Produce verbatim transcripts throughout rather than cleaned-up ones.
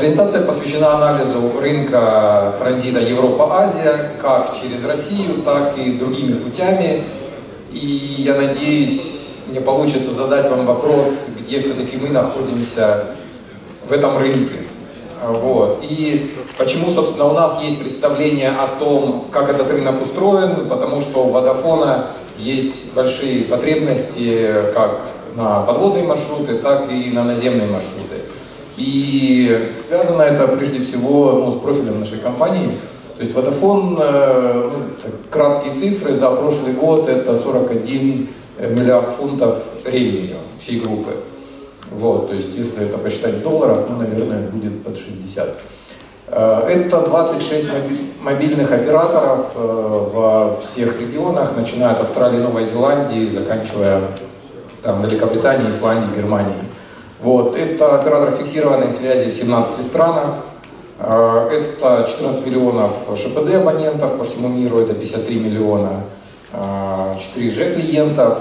Презентация посвящена анализу рынка транзита Европа-Азия, как через Россию, так и другими путями. И я надеюсь, мне получится задать вам вопрос, где все-таки мы находимся в этом рынке. Вот. И почему, собственно, у нас есть представление о том, как этот рынок устроен, потому что у Vodafone есть большие потребности как на подводные маршруты, так и на наземные маршруты. И связано это прежде всего ну, с профилем нашей компании. То есть Vodafone, ну, краткие цифры, за прошлый год это сорок один миллиард фунтов ревеню всей группы. Вот, то есть если это посчитать в долларах, ну, наверное, будет под шестьдесят. Это двадцать шесть мобильных операторов во всех регионах, начиная от Австралии, Новой Зеландии, заканчивая там, Великобританией, Исландией, Германией. Вот, это оператор фиксированной связи в семнадцати странах. Это четырнадцать миллионов ШПД абонентов по всему миру, это пятьдесят три миллиона четыре джи клиентов,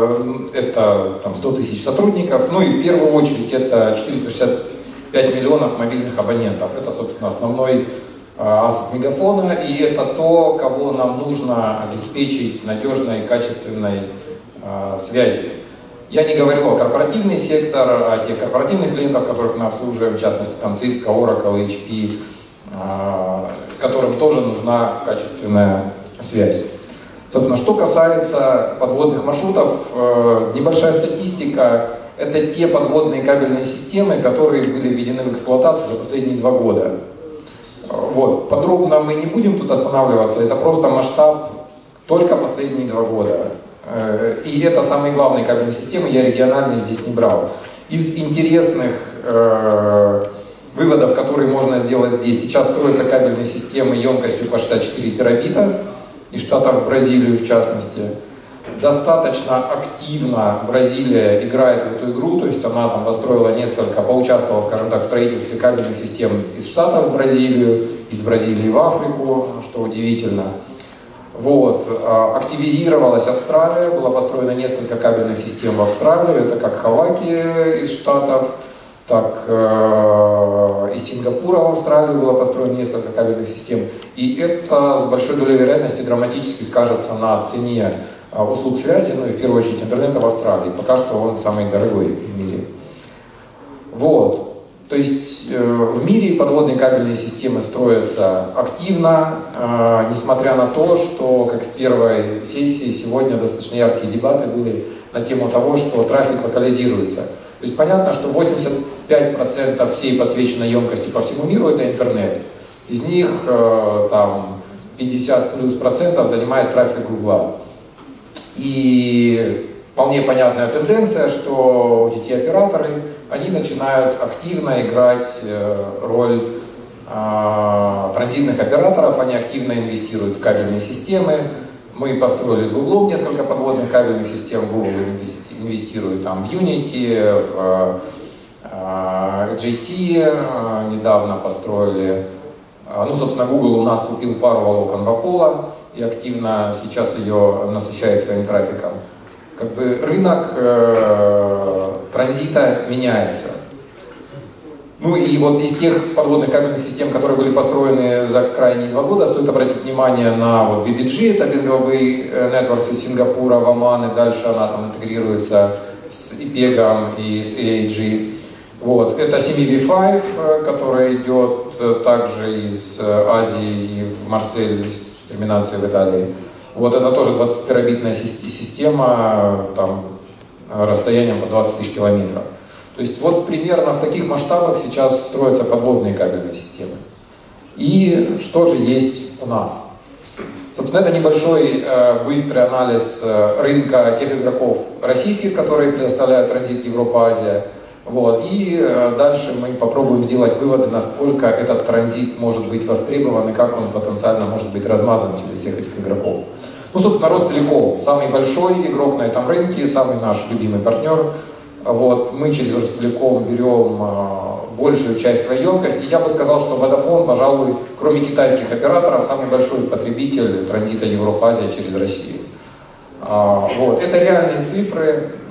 это там, сто тысяч сотрудников, ну и в первую очередь это четыреста шестьдесят пять миллионов мобильных абонентов. Это, собственно, основной ассет Мегафона, и это то, кого нам нужно обеспечить надежной, качественной связью. Я не говорю о корпоративный сектор, о тех корпоративных клиентах, которых мы обслуживаем, в частности, там Cisco, Oracle, эйч пи, которым тоже нужна качественная связь. Собственно, что касается подводных маршрутов, небольшая статистика – это те подводные кабельные системы, которые были введены в эксплуатацию за последние два года. Вот. Подробно мы не будем тут останавливаться, это просто масштаб только последние два года. И это самые главные кабельные системы, я региональные здесь не брал. Из интересных э, выводов, которые можно сделать здесь, сейчас строятся кабельные системы емкостью по шестьдесят четыре терабита, из Штатов в Бразилию в частности. Достаточно активно Бразилия играет в эту игру, то есть она там построила несколько, поучаствовала, скажем так, в строительстве кабельных систем из Штатов в Бразилию, из Бразилии в Африку, что удивительно. Вот. Активизировалась Австралия, было построено несколько кабельных систем в Австралию, это как Хаваки из Штатов, так э, из Сингапура в Австралию было построено несколько кабельных систем. И это с большой долей вероятности драматически скажется на цене э, услуг связи, ну и в первую очередь интернета в Австралии. Пока что он самый дорогой в мире. Вот. То есть э, в мире подводные кабельные системы строятся активно, э, несмотря на то, что, как в первой сессии, сегодня достаточно яркие дебаты были на тему того, что трафик локализируется. То есть понятно, что восемьдесят пять процентов всей подсвеченной емкости по всему миру это интернет. Из них э, там пятьдесят плюс процентов занимает трафик Гугла. И вполне понятная тенденция, что эти операторы, они начинают активно играть э, роль э, транзитных операторов, они активно инвестируют в кабельные системы. Мы построили с Google несколько подводных кабельных систем, Google инвестирует там в Unity, в э, эс джей си э, недавно построили. Э, ну, собственно, Google у нас купил пару волокон Вапола и активно сейчас ее насыщает своим трафиком. Как бы рынок э, транзита меняется. Ну и вот из тех подводных кабельных систем, которые были построены за крайние два года, стоит обратить внимание на вот би би джи, это Big Global Networks из Сингапура в Оман, и дальше она там интегрируется с и пегом и с эй эй джи. Вот. Это Семи ви пять, который идет также из Азии и в Марсель с терминацией в Италии. Вот это тоже двадцатитерабитная система, там, расстоянием по двадцать тысяч километров. То есть вот примерно в таких масштабах сейчас строятся подводные кабельные системы. И что же есть у нас? Собственно, это небольшой э, быстрый анализ э, рынка тех игроков российских, которые предоставляют транзит Европа-Азия. Вот. И э, дальше мы попробуем сделать выводы, насколько этот транзит может быть востребован и как он потенциально может быть размазан через всех этих игроков. Ну, собственно, Ростелеком, самый большой игрок на этом рынке, самый наш любимый партнер. Вот. Мы через Ростелеком берем э, большую часть своей емкости. Я бы сказал, что Vodafone, пожалуй, кроме китайских операторов, самый большой потребитель транзита Европа-Азия через Россию. А, вот. Это реальные цифры.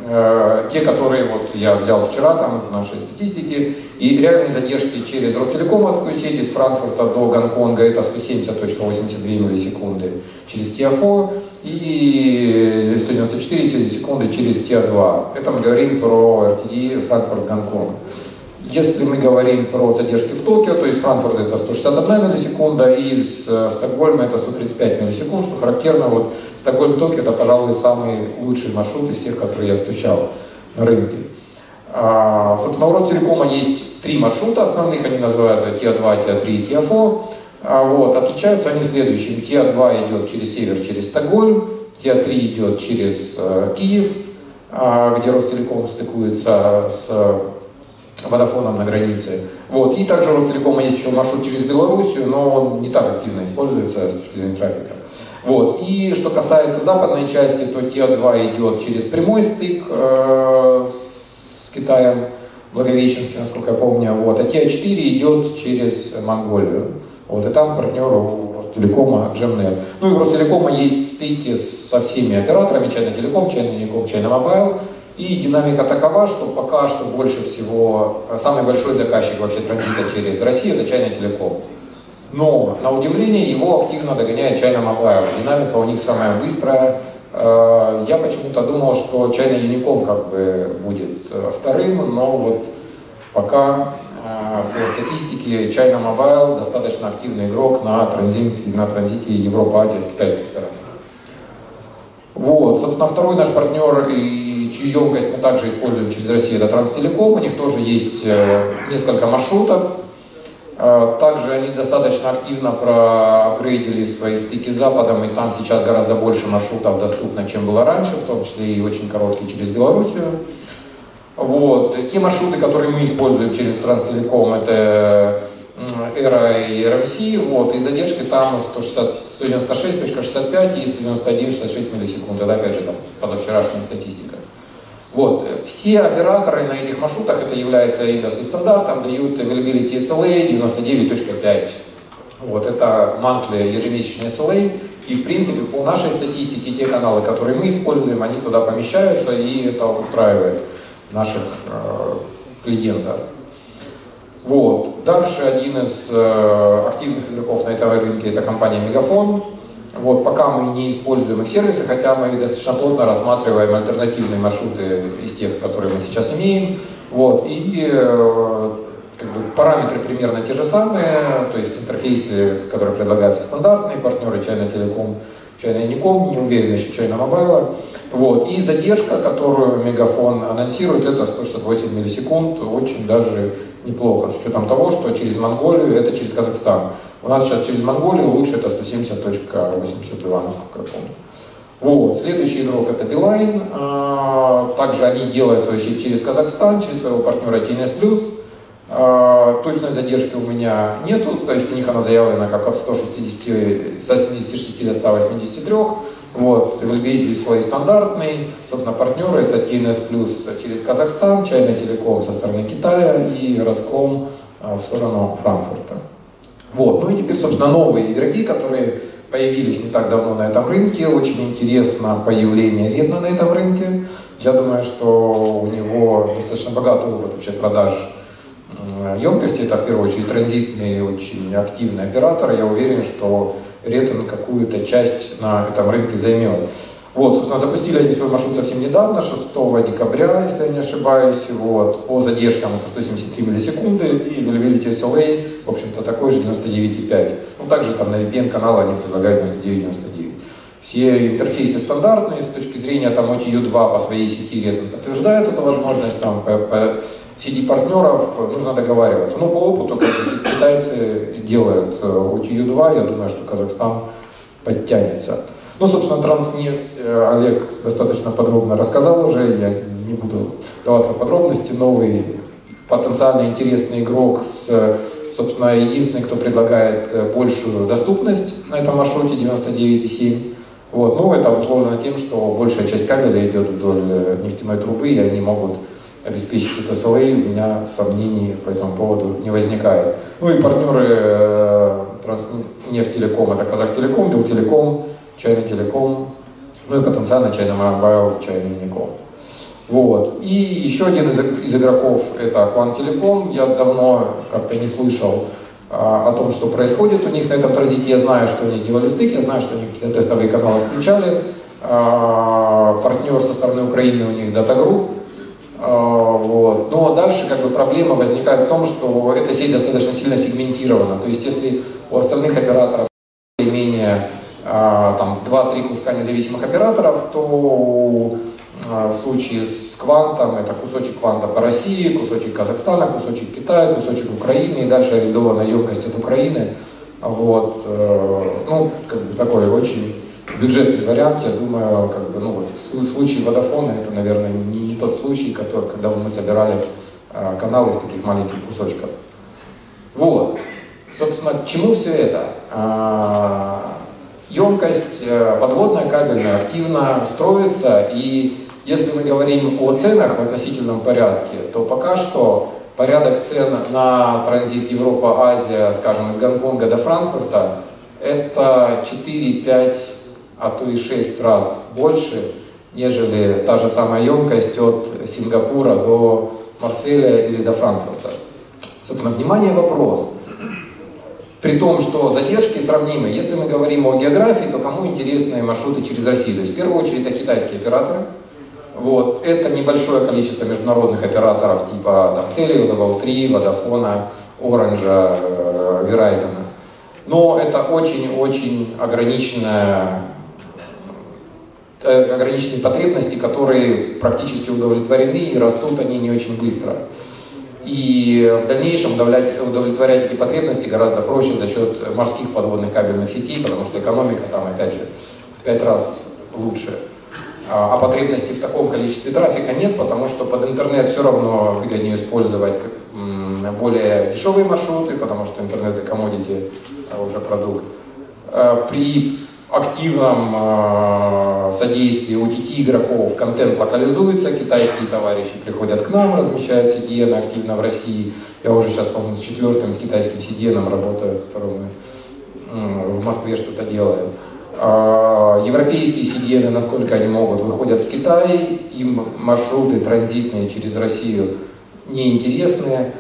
э, те, которые вот я взял вчера там в нашей статистике, и реальные задержки через Ростелекомовскую сеть из Франкфурта до Гонконга это сто семьдесят целых восемьдесят две миллисекунды через ти эф о и сто девяносто четыре миллисекунды через ти эй два. Это мы говорим про эр ти ди Франкфурт-Гонконг. Если мы говорим про задержки в Токио, то из Франкфурта это сто шестьдесят одна миллисекунда, и из э, Стокгольма это сто тридцать пять миллисекунд, что характерно. Вот Стокгольм-Токио это, пожалуй, самый лучший маршрут из тех, которые я встречал на рынке. А, собственно, у Ростелекома есть три маршрута основных, они называют ти эй два, ти эй три и ти эф о. А, вот, отличаются они следующим. ти эй два идет через север, через Стокгольм, ти эй три идет через э, Киев, э, где Ростелеком стыкуется с Водафоном на границе. Вот. И также у Ростелекома есть еще маршрут через Белоруссию, но он не так активно используется с точки зрения трафика. Вот. И что касается западной части, то ти эй два идет через прямой стык э, с Китаем, Благовещенский, насколько я помню, вот. А ти эй четыре идет через Монголию. Вот. И там партнер у Ростелекома Джемнет. Ну и у Ростелекома есть стыки со всеми операторами, China Telecom, China Unicom, China Mobile. И динамика такова, что пока что больше всего, самый большой заказчик вообще транзита через Россию это China Telecom. Но, на удивление, его активно догоняет China Mobile. Динамика у них самая быстрая. Я почему-то думал, что China Unicom как бы будет вторым, но вот пока по статистике China Mobile достаточно активный игрок на транзите, на транзите Европа-Азия с китайских сторон. Вот, собственно, второй наш партнер, и чью емкость мы также используем через Россию, это Транстелеком. У них тоже есть э, несколько маршрутов. Э, также они достаточно активно проапгрейдили свои стыки с Западом, и там сейчас гораздо больше маршрутов доступно, чем было раньше, в том числе и очень короткие через Белоруссию. Вот. Те маршруты, которые мы используем через Транстелеком, это Эра и эр эм си, вот, и задержки там сто девяносто шесть точка шестьдесят пять и сто девяносто один точка шестьдесят шесть миллисекунд, это опять же там позавчерашняя статистика. Вот. Все операторы на этих маршрутах, это является индустрий стандартом, дают availability эс эл эй девяносто девять точка пять. Вот, это monthly, ежемесячный эс эл эй, и в принципе по нашей статистике те каналы, которые мы используем, они туда помещаются, и это устраивает наших э, клиентов. Вот. Дальше один из э, активных игроков на этом рынке это компания Мегафон. Вот. Пока мы не используем их сервисы, хотя мы достаточно плотно рассматриваем альтернативные маршруты из тех, которые мы сейчас имеем. Вот. И э, как бы, параметры примерно те же самые, то есть интерфейсы, которые предлагаются стандартные, партнеры China Telecom, China Unicom, не уверен еще China Mobile. Вот. И задержка, которую Мегафон анонсирует, это сто шестьдесят восемь миллисекунд, очень даже неплохо, с учетом того, что через Монголию это через Казахстан. У нас сейчас через Монголию лучше это сто семьдесят точка восемьдесят два, насколько я помню. Вот. Следующий игрок это Билайн. Также они делают свою сеть через Казахстан, через своего партнера ти эн эс плюс. Точной задержки у меня нету, то есть у них она заявлена как от ста шестидесяти, ста семидесяти шести до ста восьмидесяти трёх. Вот, availability свой стандартный, собственно, партнеры это ти эн эс плюс через Казахстан, China Telecom со стороны Китая и Роском в сторону Франкфурта. Вот, ну и теперь, собственно, новые игроки, которые появились не так давно на этом рынке. Очень интересно появление Редна на этом рынке. Я думаю, что у него достаточно богатый опыт вообще продаж емкости. Это, в первую очередь, транзитный, очень активный оператор. Я уверен, что Ретен какую-то часть на этом рынке займет. Вот, собственно, запустили они свой маршрут совсем недавно, шестого декабря, если я не ошибаюсь. Вот, по задержкам это сто семьдесят три миллисекунды и availability эс эл эй, в общем-то, такой же девяносто девять и пять. Ну, также там на ви пи эн-каналы они предлагают девяносто девять девяносто девять. Все интерфейсы стандартные, с точки зрения там о ти ю два по своей сети Ретен подтверждает эту возможность, там по, по сети партнеров нужно договариваться. Но по опыту, как китайцы делают о ти ю два, я думаю, что Казахстан подтянется. Ну, собственно, Транснефть Олег достаточно подробно рассказал уже, я не буду вдаваться в подробности. Новый потенциально интересный игрок, с, собственно, единственный, кто предлагает большую доступность на этом маршруте девяносто девять и семь. Вот. Ну, это обусловлено тем, что большая часть кабеля идет вдоль нефтяной трубы, и они могут обеспечить это эс эл эй, у меня сомнений по этому поводу не возникает. Ну и партнеры э, Транснефть-Телеком, это Казахтелеком, Белтелеком, China Telecom, ну и потенциально China Mobile, China Unicom. Вот. И еще один из, из игроков это Quant Telecom. Я давно как-то не слышал а, о том, что происходит у них на этом транзите. Я знаю, что они сделали стык, я знаю, что они какие-то тестовые каналы включали. А, партнер со стороны Украины у них Data Group. А, вот. Но дальше как бы проблема возникает в том, что эта сеть достаточно сильно сегментирована. То есть если у остальных операторов менее а, там два-три куска независимых операторов, то в случае с Квантом это кусочек Кванта по России, кусочек Казахстана, кусочек Китая, кусочек Украины и дальше арендованная емкость от Украины. Вот. Ну, как бы такой очень бюджетный вариант, я думаю, как бы, ну, вот, в случае Водофона это, наверное, не, не тот случай, который, когда мы собирали а, каналы из таких маленьких кусочков. Вот. Собственно, к чему все это? А, емкость подводная, кабельная активно строится, и если мы говорим о ценах в относительном порядке, то пока что порядок цен на транзит Европа-Азия, скажем, из Гонконга до Франкфурта, это четыре-пять, а то и шесть раз больше, нежели та же самая емкость от Сингапура до Марселя или до Франкфурта. Собственно, внимание, вопрос. При том, что задержки сравнимы. Если мы говорим о географии, то кому интересны маршруты через Россию? То есть, в первую очередь, это китайские операторы. Вот. Это небольшое количество международных операторов типа там, Telia, Level три, Vodafone, Orange, Verizon. Но это очень-очень ограниченная, ограниченные потребности, которые практически удовлетворены, и растут они не очень быстро. И в дальнейшем удовлетворять эти потребности гораздо проще за счет морских подводных кабельных сетей, потому что экономика там, опять же, в пять раз лучше. А потребностей в таком количестве трафика нет, потому что под интернет все равно выгоднее использовать более дешевые маршруты, потому что интернет это commodity, уже продукт. При активном содействии о ти ти игроков контент локализуется, китайские товарищи приходят к нам, размещают си ди эн активно в России. Я уже сейчас, по-моему, с четвертым, с китайским си ди эн работаю, которым мы в Москве что-то делаем. Европейские си ди эн, насколько они могут, выходят в Китай, им маршруты транзитные через Россию неинтересны.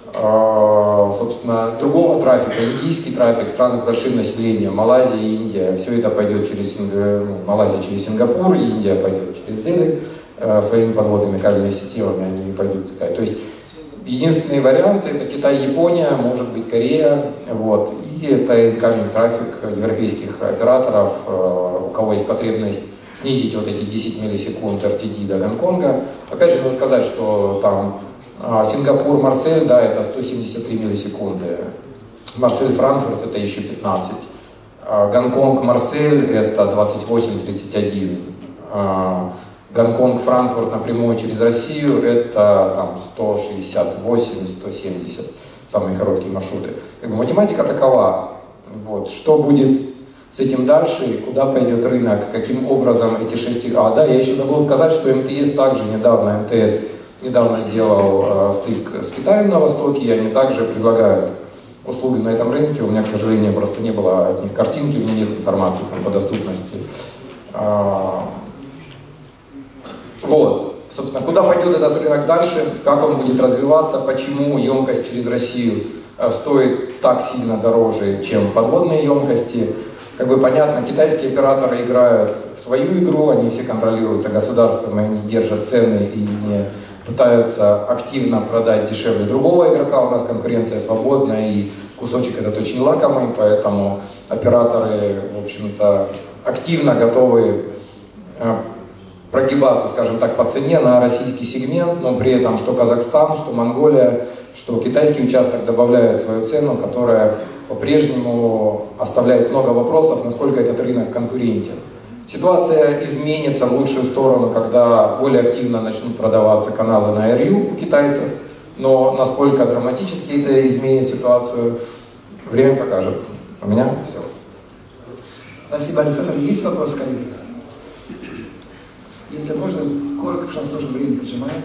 Собственно, другого трафика, индийский трафик, страны с большим населением, Малайзия и Индия, все это пойдет через Сингапур, ну, Малайзия через Сингапур, Индия пойдет через Дели, своими подводными кабельными системами они пойдут в Китай. То есть единственные варианты это Китай, Япония, может быть Корея, вот, и это incoming трафик европейских операторов, у кого есть потребность снизить вот эти десять миллисекунд эр ти ди до Гонконга. Опять же, надо сказать, что там Сингапур, Марсель, да, это сто семьдесят три миллисекунды. Марсель, Франкфурт это еще пятнадцать. Гонконг, Марсель это двадцать восемь тридцать один. Гонконг, Франкфурт напрямую через Россию это там сто шестьдесят восемь — сто семьдесят. Самые короткие маршруты. Как бы математика такова. Вот. Что будет с этим дальше, куда пойдет рынок, каким образом эти шесть... А, да, я еще забыл сказать, что эм тэ эс также недавно, эм тэ эс недавно сделал э, стык с Китаем на Востоке, и они также предлагают услуги на этом рынке. У меня, к сожалению, просто не было от них картинки, у меня нет информации там, по доступности. А, вот. Собственно, куда пойдет этот рынок дальше, как он будет развиваться, почему емкость через Россию э, стоит так сильно дороже, чем подводные емкости. Как бы понятно, китайские операторы играют в свою игру, они все контролируются государством, они держат цены и не пытаются активно продать дешевле другого игрока. У нас конкуренция свободная, и кусочек этот очень лакомый, поэтому операторы, в общем-то, активно готовы э, прогибаться, скажем так, по цене на российский сегмент, но при этом что Казахстан, что Монголия, что китайский участок добавляют свою цену, которая по-прежнему оставляет много вопросов, насколько этот рынок конкурентен. Ситуация изменится в лучшую сторону, когда более активно начнут продаваться каналы на эр ю у китайцев, но насколько драматически это изменит ситуацию, время покажет. У меня все. Спасибо, Александр. Есть вопрос, коллеги? Если можно, коротко, потому что у нас тоже время поджимает.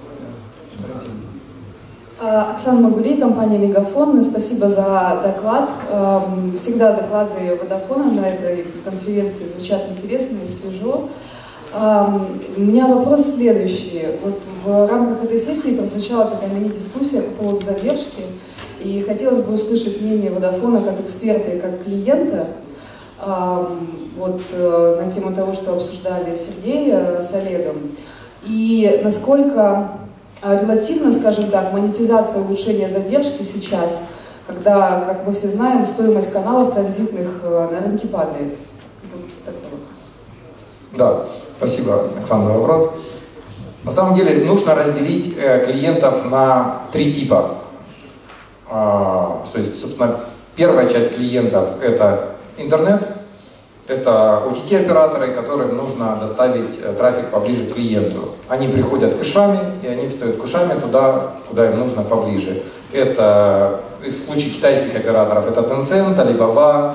Оксана Магулей, компания Мегафон. Спасибо за доклад. Всегда доклады Водофона на этой конференции звучат интересно и свежо. У меня вопрос следующий. Вот в рамках этой сессии прозвучала такая мини-дискуссия по поводу задержки, и хотелось бы услышать мнение Vodafone как эксперта и как клиента вот, на тему того, что обсуждали Сергей с Олегом, и насколько релативно, скажем так, монетизация улучшения задержки сейчас, когда, как мы все знаем, стоимость каналов транзитных на рынке падает. Вот такой вопрос. Да, спасибо, Оксана, за вопрос. На самом деле нужно разделить э, клиентов на три типа. А, то есть, собственно, первая часть клиентов — это интернет, это о ти ти-операторы, которым нужно доставить э, трафик поближе к клиенту. Они приходят кэшами, и они встают кэшами туда, куда им нужно поближе. Это, в случае китайских операторов, это Tencent, Alibaba,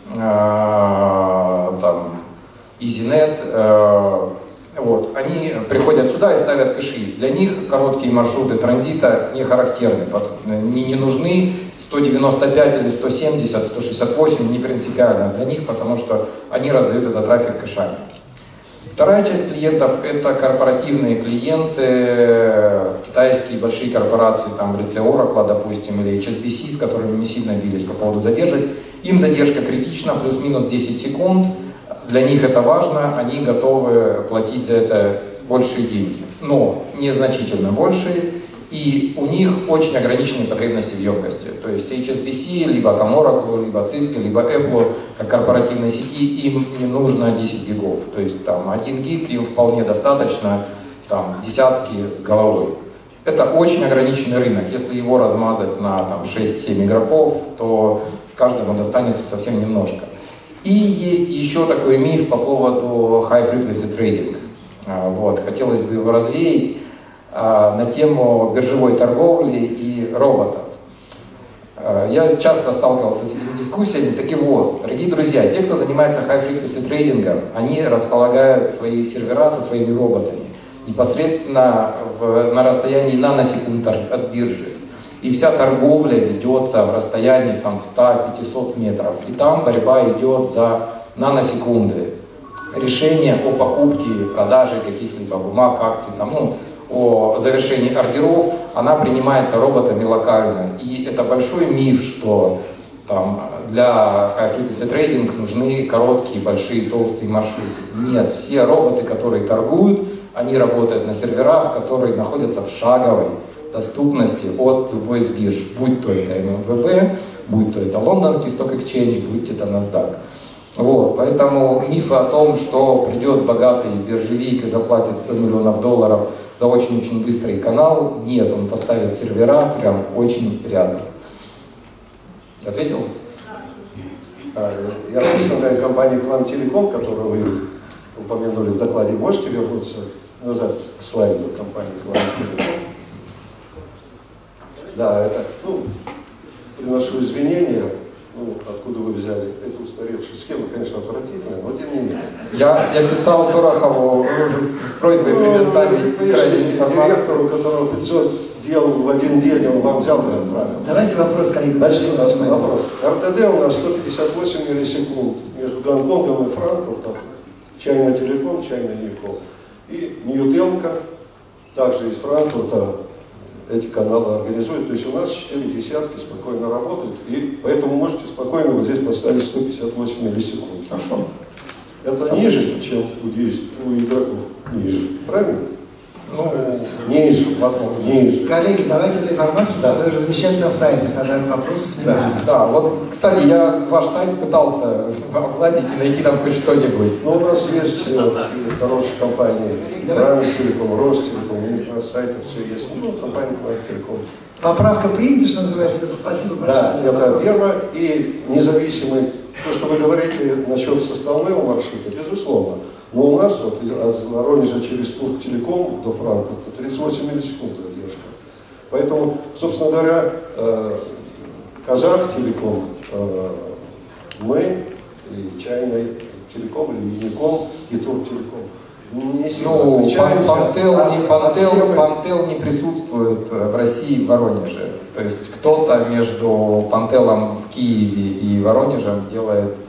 э, там, EasyNet, э, вот, они приходят сюда и ставят кэши. Для них короткие маршруты транзита не характерны, не, не нужны сто девяносто пять или сто семьдесят, сто шестьдесят восемь, не принципиально для них, потому что они раздают этот трафик кэшами. Вторая часть клиентов — это корпоративные клиенты, китайские большие корпорации, там, в лице Oracle, допустим, или эйч эс би си, с которыми мы сильно бились по поводу задержек. Им задержка критична, плюс-минус десять секунд. Для них это важно, они готовы платить за это большие деньги, но незначительно большие, и у них очень ограниченные потребности в емкости. То есть эйч эс би си, либо там Oracle, либо Cisco, либо Apple, как корпоративной сети, им не нужно десять гигов. То есть там один гиг им вполне достаточно, там десятки с головой. Это очень ограниченный рынок. Если его размазать на там шесть-семь игроков, то каждому достанется совсем немножко. И есть еще такой миф по поводу high frequency trading. Вот, хотелось бы его развеять а, на тему биржевой торговли и роботов. А, я часто сталкивался с этими дискуссиями. Так и вот, дорогие друзья, те, кто занимается high frequency трейдингом, они располагают свои сервера со своими роботами непосредственно в, на расстоянии наносекунд от биржи. И вся торговля ведется в расстоянии там сто-пятьсот метров. И там борьба идет за наносекунды. Решение о покупке, продаже каких-либо бумаг, акций, там, ну, о завершении ордеров, она принимается роботами локально. И это большой миф, что там, для high frequency trading нужны короткие, большие, толстые маршруты. Нет, все роботы, которые торгуют, они работают на серверах, которые находятся в шаговой доступности от любой из бирж, будь то это эм эм вэ бэ, будь то это лондонский Stock Exchange, будь это NASDAQ. Вот, поэтому миф о том, что придет богатый биржевик и заплатит сто миллионов долларов за очень-очень быстрый канал, нет, он поставит сервера прям очень рядом. Ответил? Я представляю компанию Plan Telecom, которую вы упомянули в докладе. Можете вернуться назад к слайду компании Plan Telecom? Да, это, ну, приношу извинения, ну, откуда вы взяли эту устаревшую схему, конечно, отвратительная, но тем не менее. Я, я писал Торохову с просьбой предоставить ну, информацию. Директору, которого пятьсот дел в один день, он вам взял и отправил. Давайте вопрос, коллеги. Значит, у нас вопрос. эр тэ дэ у нас сто пятьдесят восемь миллисекунд между Гонконгом и Франкфуртом, China Telecom, China Unicom. И Ньютелка, также из Франкфурта, эти каналы организуют. То есть у нас четыре десятки спокойно работают, и поэтому можете спокойно вот здесь поставить сто пятьдесят восемь миллисекунд. Хорошо. Это ниже, чем у, у игроков. Ниже. Правильно? Ну, ниже, возможно, ниже. Коллеги, давайте эту информацию да. размещать на сайте, тогда вопросов не да. будет. Да, вот, кстати, я ваш сайт пытался облазить и найти там хоть что-нибудь. Ну, у нас есть э, хорошие компании, Транстелеком, Ростелеком, у них на сайте все есть. Ну, компания Транстелеком. Поправка принята, что называется. Спасибо большое. Да, это первое. И независимый, то, что вы говорите насчет составного маршрута, безусловно. Но у нас вот от Воронежа через Турктелеком до Франкфурта тридцать восемь миллисекунд задержка. Поэтому, собственно говоря, Казахтелеком, мы, и China Telecom, и Unicom, и Турктелеком не сильно ну, отличаемся. Пантел, от, не, Пантел, от Пантел не присутствует в России в Воронеже. То есть кто-то между Пантелом в Киеве и Воронежем делает